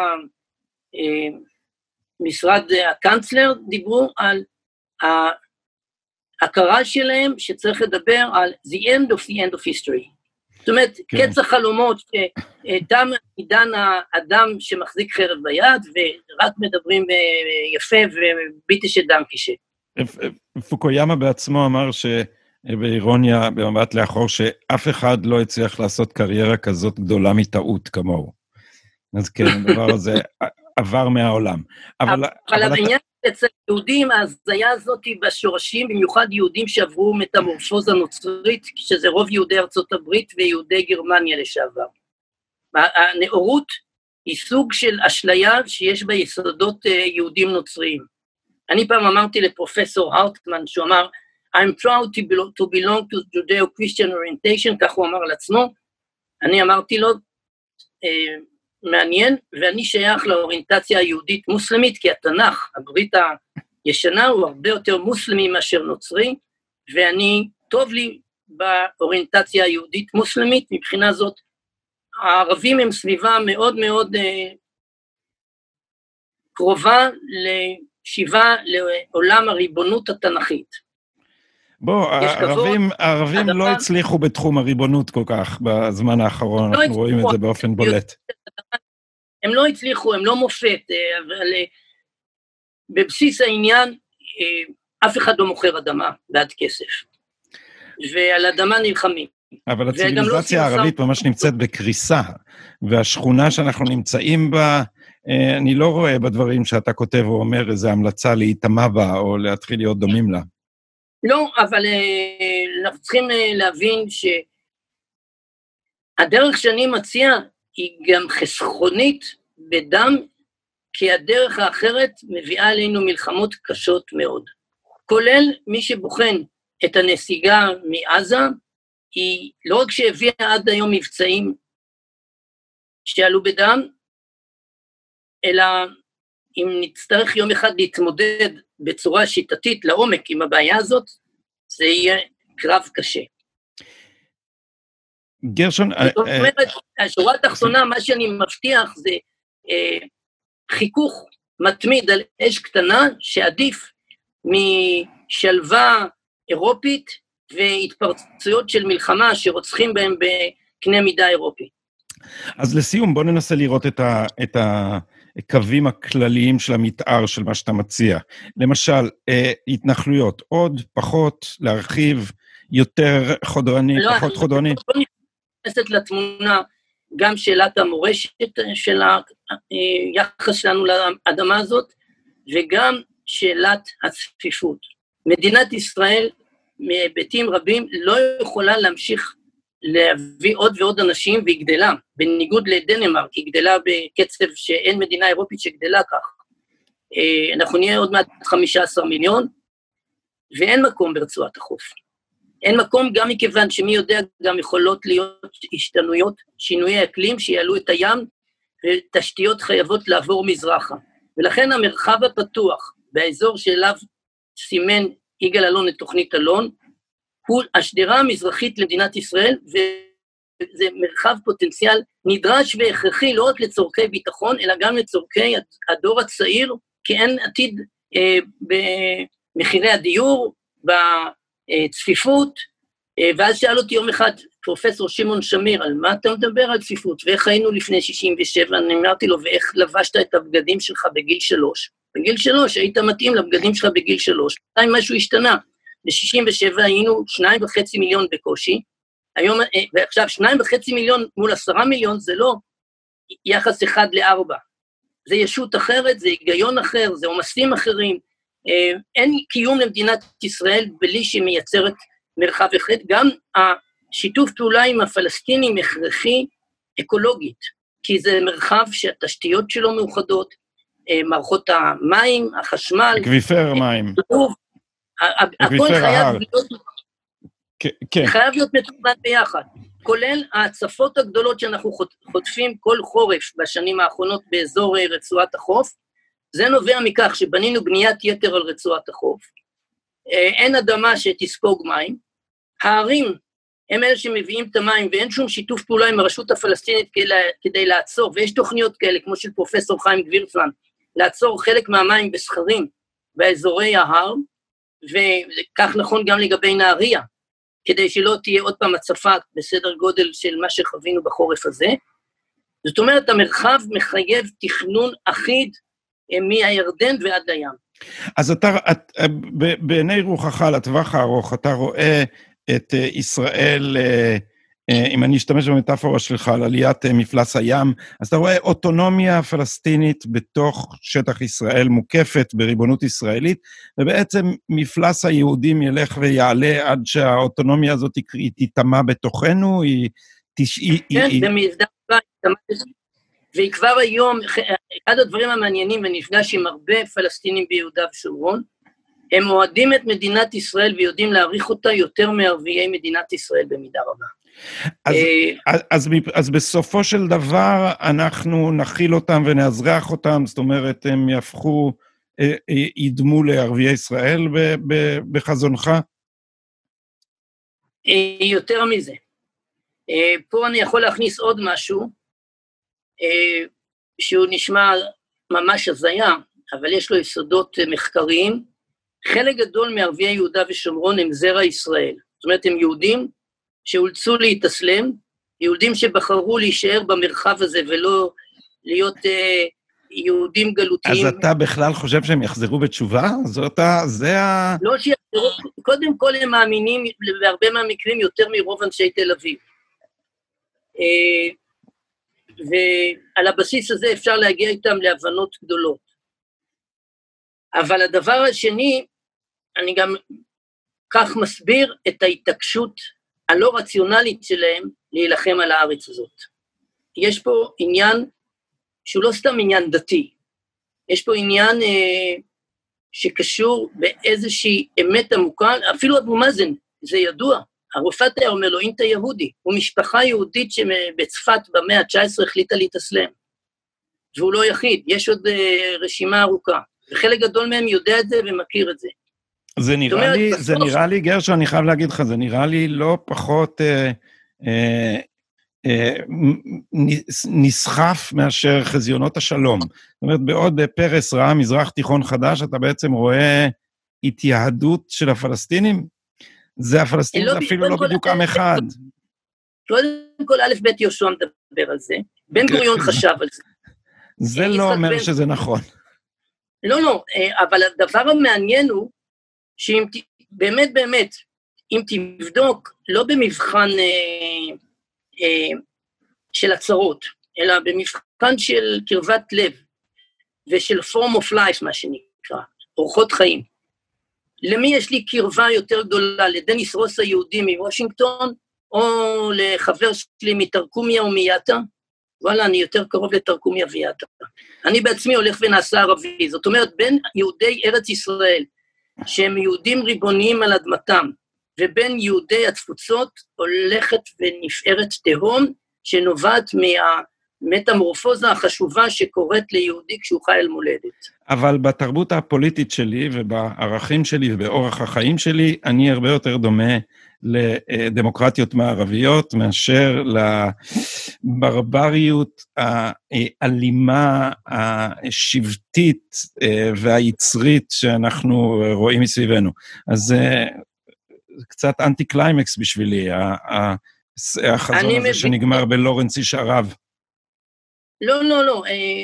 משרד הקנצלר, דיברו על ההכרה שלהם, שצריך לדבר על the end of the end of history. זאת אומרת, קץ החלומות, שתם עידן האדם שמחזיק חרב ביד, ורק מדברים יפה וביטי שדם קשה. פוקויאמה בעצמו אמר באירוניה, במבט לאחור, שאף אחד לא הצליח לעשות קריירה כזאת גדולה מטעות כמוהו. אז כן, הדבר הזה עבר מהעולם. אבל העניין אצל יהודים, ההזיה הזאת בשורשים, במיוחד יהודים שעברו מטמורפוזה נוצרית, שזה רוב יהודי ארצות הברית ויהודי גרמניה לשעבר. הנאורות היא סוג של אשליה שיש בה יסודות יהודים נוצריים. אני פעם אמרתי לפרופסור הרטמן, שהוא אמר, I'm proud to belong to Judeo-Christian orientation, כך הוא אמר לעצמו. אני אמרתי לו, מעניין, ואני שייך לאוריינטציה היהודית-מוסלמית, כי התנ"ך, הברית הישנה, הוא הרבה יותר מוסלמי מאשר נוצרי, ואני, טוב לי באוריינטציה היהודית-מוסלמית, מבחינה זאת, הערבים הם סביבה מאוד מאוד קרובה לשיבה לעולם הריבונות התנ"כית. בוא, הערבים לא הצליחו בתחום הריבונות כל כך בזמן האחרון, אנחנו רואים את זה באופן בולט. הם לא הצליחו, הם לא מופת, אבל בבסיס העניין, אף אחד לא מוכר אדמה בעד כסף, ועל אדמה נלחמים. אבל הציביליזציה הערבית ממש נמצאת בקריסה, והשכונה שאנחנו נמצאים בה, אני לא רואה בדברים שאתה כותב או אומר איזו המלצה להיטמע בה, או להתחיל להיות דומים לה. לא, אבל אנחנו צריכים להבין שהדרך שאני מציע היא גם חסכונית בדם, כי הדרך האחרת מביאה עלינו מלחמות קשות מאוד. כולל מי שבוחן את הנסיגה מעזה, היא לא רק שהביאה עד היום מבצעים שעלו בדם, אלא אם נצטרך יום אחד להתמודד בצורה שיטתית לעומק עם הבעיה הזאת, זה יהיה קרב קשה. גרשון... זאת אומרת, השורה התחתונה, מה שאני מבטיח זה חיכוך מתמיד על אש קטנה, שעדיף משלווה אירופית והתפרצויות של מלחמה שרוצחים בהם בקנה מידה אירופי. אז לסיום, בוא ננסה לראות את הקווים הכלליים של המתאר של מה שאתה מציע. למשל, התנחלויות, עוד, פחות, להרחיב, יותר חודרני, פחות חודרני. בוא נכנסת לתמונה גם שאלת המורשת של היחס שלנו לאדמה הזאת, וגם שאלת הצפיפות. מדינת ישראל, מהיבטים רבים, לא יכולה להמשיך להביא עוד ועוד אנשים, והיא גדלה, בניגוד לדנמרק, היא גדלה בקצב שאין מדינה אירופית שגדלה כך. אנחנו נהיה עוד מעט 15 מיליון, ואין מקום ברצועת החוף. אין מקום גם מכיוון שמי יודע גם יכולות להיות השתנויות, שינויי אקלים שיעלו את הים, ותשתיות חייבות לעבור מזרחה. ולכן המרחב הפתוח, באזור שאליו סימן יגאל אלון את תוכנית אלון, הוא השדרה המזרחית למדינת ישראל, וזה מרחב פוטנציאל נדרש והכרחי לא רק לצורכי ביטחון, אלא גם לצורכי הדור הצעיר, כי אין עתיד במחירי הדיור, בצפיפות, ואז שאל אותי יום אחד פרופסור שמעון שמיר, על מה אתה מדבר על צפיפות, ואיך היינו לפני 67, אני אמרתי לו, ואיך לבשת את הבגדים שלך בגיל 3? בגיל 3, היית מתאים לבגדים שלך בגיל 3, משהו השתנה. ב-67 היינו 2.5 מיליון בקושי, היום, ועכשיו 2.5 מיליון מול 10 מיליון, זה לא יחס 1-4, זה ישות אחרת, זה היגיון אחר, זה עומסים אחרים, אין קיום למדינת ישראל בלי שהיא מייצרת מרחב אחד, גם השיתוף פעולה עם הפלסטינים הכרחי אקולוגית, כי זה מרחב שהתשתיות שלו מאוחדות, מערכות המים, החשמל, אקוויפר מים, הכל חייב להיות מתוכנן ביחד, כולל ההצפות הגדולות שאנחנו חוטפים כל חורף בשנים האחרונות באזור רצועת החוף, זה נובע מכך שבנינו בניית יתר על רצועת החוף, אין אדמה שתספוג מים, הערים הם אלה שמביאים את המים, ואין שום שיתוף פעולה עם הרשות הפלסטינית כדי לעצור, ויש תוכניות כאלה, כמו של פרופסור חיים גבירצמן, לעצור חלק מהמים בסכרים באזורי ההר, וכך נכון גם לגבי נהריה, כדי שלא תהיה עוד פעם הצפה בסדר גודל של מה שחווינו בחורף הזה. זאת אומרת, המרחב מחייב תכנון אחיד מהירדן ועד לים. אז אתה, בעיני רוחך לטווח הארוך, אתה רואה את ישראל, אם אני אשתמש במטאפורה שלך על עליית מפלס הים, אז אתה רואה אוטונומיה פלסטינית בתוך שטח ישראל מוקפת בריבונות ישראלית, ובעצם מפלס היהודים ילך ויעלה עד שהאוטונומיה הזאת היא תיטמע בתוכנו, כן, במבדל והיא כבר היום, אחד הדברים המעניינים, ונפגש עם הרבה פלסטינים ביהודה ושומרון, הם אוהדים את מדינת ישראל ויודעים להעריך אותה יותר מערביי מדינת ישראל במידה רבה. אז בסופו של דבר אנחנו נכיל אותם ונאזרח אותם, זאת אומרת, הם יהפכו, ידמו לערביי ישראל בחזונך? יותר מזה. פה אני יכול להכניס עוד משהו, שהוא נשמע ממש הזיה, אבל יש לו יסודות מחקריים. חלק גדול מערביי יהודה ושומרון הם זרע ישראל. זאת אומרת, הם יהודים שאולצו להתאסלם, יהודים שבחרו להישאר במרחב הזה ולא להיות יהודים גלותיים. אז אתה בכלל חושב שהם יחזרו בתשובה? לא שיחזרו, קודם כל הם מאמינים בהרבה מהמקרים יותר מרוב אנשי תל אביב. ועל הבסיס הזה אפשר להגיע איתם להבנות גדולות. אבל הדבר השני, אני גם כך מסביר את ההתעקשות הלא רציונלית שלהם להילחם על הארץ הזאת. יש פה עניין שהוא לא סתם עניין דתי, יש פה עניין שקשור באיזושהי אמת עמוקה, אפילו אבו מאזן, זה ידוע, הרופאת היה אומר לו, אינטה יהודי, הוא משפחה יהודית שבצפת במאה ה-19 החליטה להתאסלם, והוא לא יחיד, יש עוד רשימה ארוכה, וחלק גדול מהם יודע את זה ומכיר את זה. זה נראה לי, גרשון, אני חייב להגיד לך, זה נראה לי לא פחות נסחף מאשר חזיונות השלום. זאת אומרת, בעוד פרס ראה מזרח תיכון חדש, אתה בעצם רואה התייהדות של הפלסטינים? זה הפלסטינים, זה אפילו לא בדיוק עם אחד. קודם כל, א' ב' יהושע מדבר על זה, בן גוריון חשב על זה. זה לא אומר שזה נכון. לא, אבל הדבר המעניין הוא, שאם באמת, אם תבדוק, לא במבחן של הצרות, אלא במבחן של קרבת לב, ושל form of life, מה שנקרא, אורחות חיים. למי יש לי קרבה יותר גדולה, לדניס רוס היהודי מוושינגטון, או לחבר שלי מתרקומיה או מיאטה? וואלה, אני יותר קרוב לתרקומיה ויאטה. אני בעצמי הולך ונעשה ערבי, זאת אומרת, בין יהודי ארץ ישראל, שהם יהודים ריבוניים על אדמתם, ובין יהודי התפוצות הולכת ונפערת תהום, שנובעת מהמטמורפוזה החשובה שקורית ליהודי כשהוא חי על מולדת. אבל בתרבות הפוליטית שלי, ובערכים שלי, ובאורח החיים שלי, אני הרבה יותר דומה לדמוקרטיות מערביות, מאשר לברבריות האלימה, השבטית והיצרית שאנחנו רואים מסביבנו. אז זה קצת אנטי-קליימקס בשבילי, החזון הזה שנגמר בלורנס איש ערב. לא,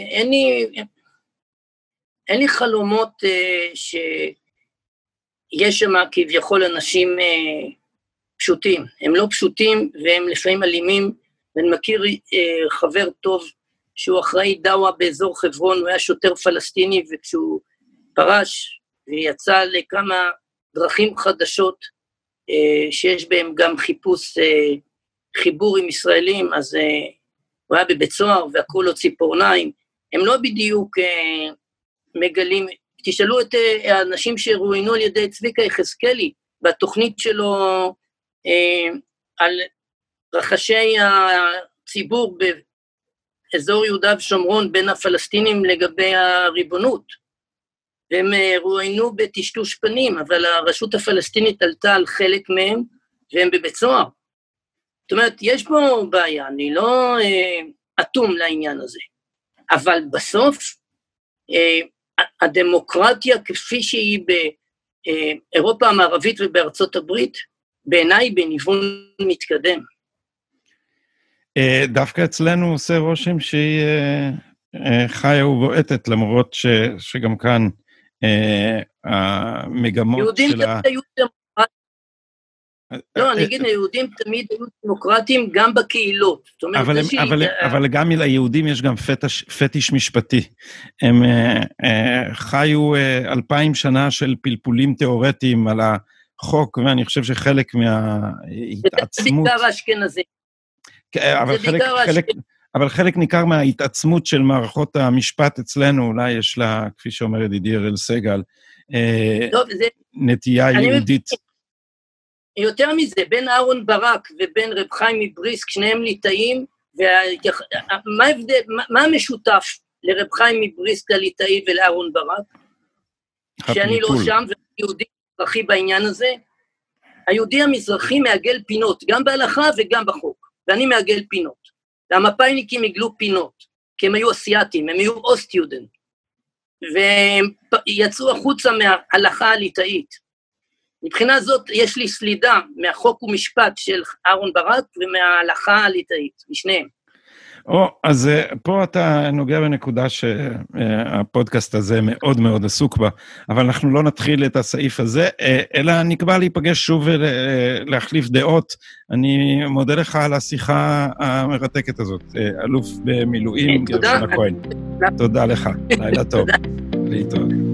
אין לי חלומות שיש שם כביכול אנשים פשוטים, הם לא פשוטים והם לפעמים אלימים, ואני מכיר חבר טוב שהוא אחראי דאווה באזור חברון, הוא היה שוטר פלסטיני, וכשהוא פרש ויצא לכמה דרכים חדשות, שיש בהם גם חיבור עם ישראלים, אז הוא היה בבית סוהר והכל לו ציפורניים, הם לא בדיוק מגלים, תשאלו את האנשים שרואיינו על ידי צביקה יחזקאלי, בתוכנית שלו על רחשי הציבור באזור יהודה ושומרון בין הפלסטינים לגבי הריבונות, והם רואיינו בטשטוש פנים, אבל הרשות הפלסטינית עלתה על חלק מהם, והם בבית סוהר. זאת אומרת, יש פה בעיה, אני לא אטום לעניין הזה, אבל בסוף, הדמוקרטיה כפי שהיא באירופה המערבית ובארצות הברית, בעיניי בניוון מתקדם. דווקא אצלנו עושה רושם שהיא חיה ובועטת, למרות שגם כאן המגמות שלה... לא, אני אגיד, היהודים תמיד היו דמוקרטיים גם בקהילות. אבל גם ליהודים יש גם פטיש משפטי. הם חיו 2000 שנה של פלפולים תיאורטיים על החוק, ואני חושב שחלק מההתעצמות... זה בעיקר האשכנזים. אבל חלק ניכר מההתעצמות של מערכות המשפט אצלנו, אולי יש לה, כפי שאומר ידידי אראל סגל, נטייה יהודית. יותר מזה, בין אהרון ברק ובין רב חיים מבריסק, שניהם ליטאים, מה המשותף לרב חיים מבריסק הליטאי ולאהרון ברק? שאני לא שם, ויהודי מזרחי בעניין הזה, היהודי המזרחי מעגל פינות, גם בהלכה וגם בחוק, ואני מעגל פינות. והמפאיניקים הגלו פינות, כי הם היו אסיאטים, הם היו אוסט-יודן, ויצאו החוצה מההלכה הליטאית. מבחינה זאת יש לי סלידה מהחוק ומשפט של אהרון ברק ומההלכה הליטאית, משניהם. אז פה אתה נוגע בנקודה שהפודקאסט הזה מאוד מאוד עסוק בה, אבל אנחנו לא נתחיל את הסעיף הזה, אלא נקבע להיפגש שוב ולהחליף דעות. אני מודה לך על השיחה המרתקת הזאת, אלוף במילואים גרשון הכהן. תודה לך, לילה טוב. להתראות.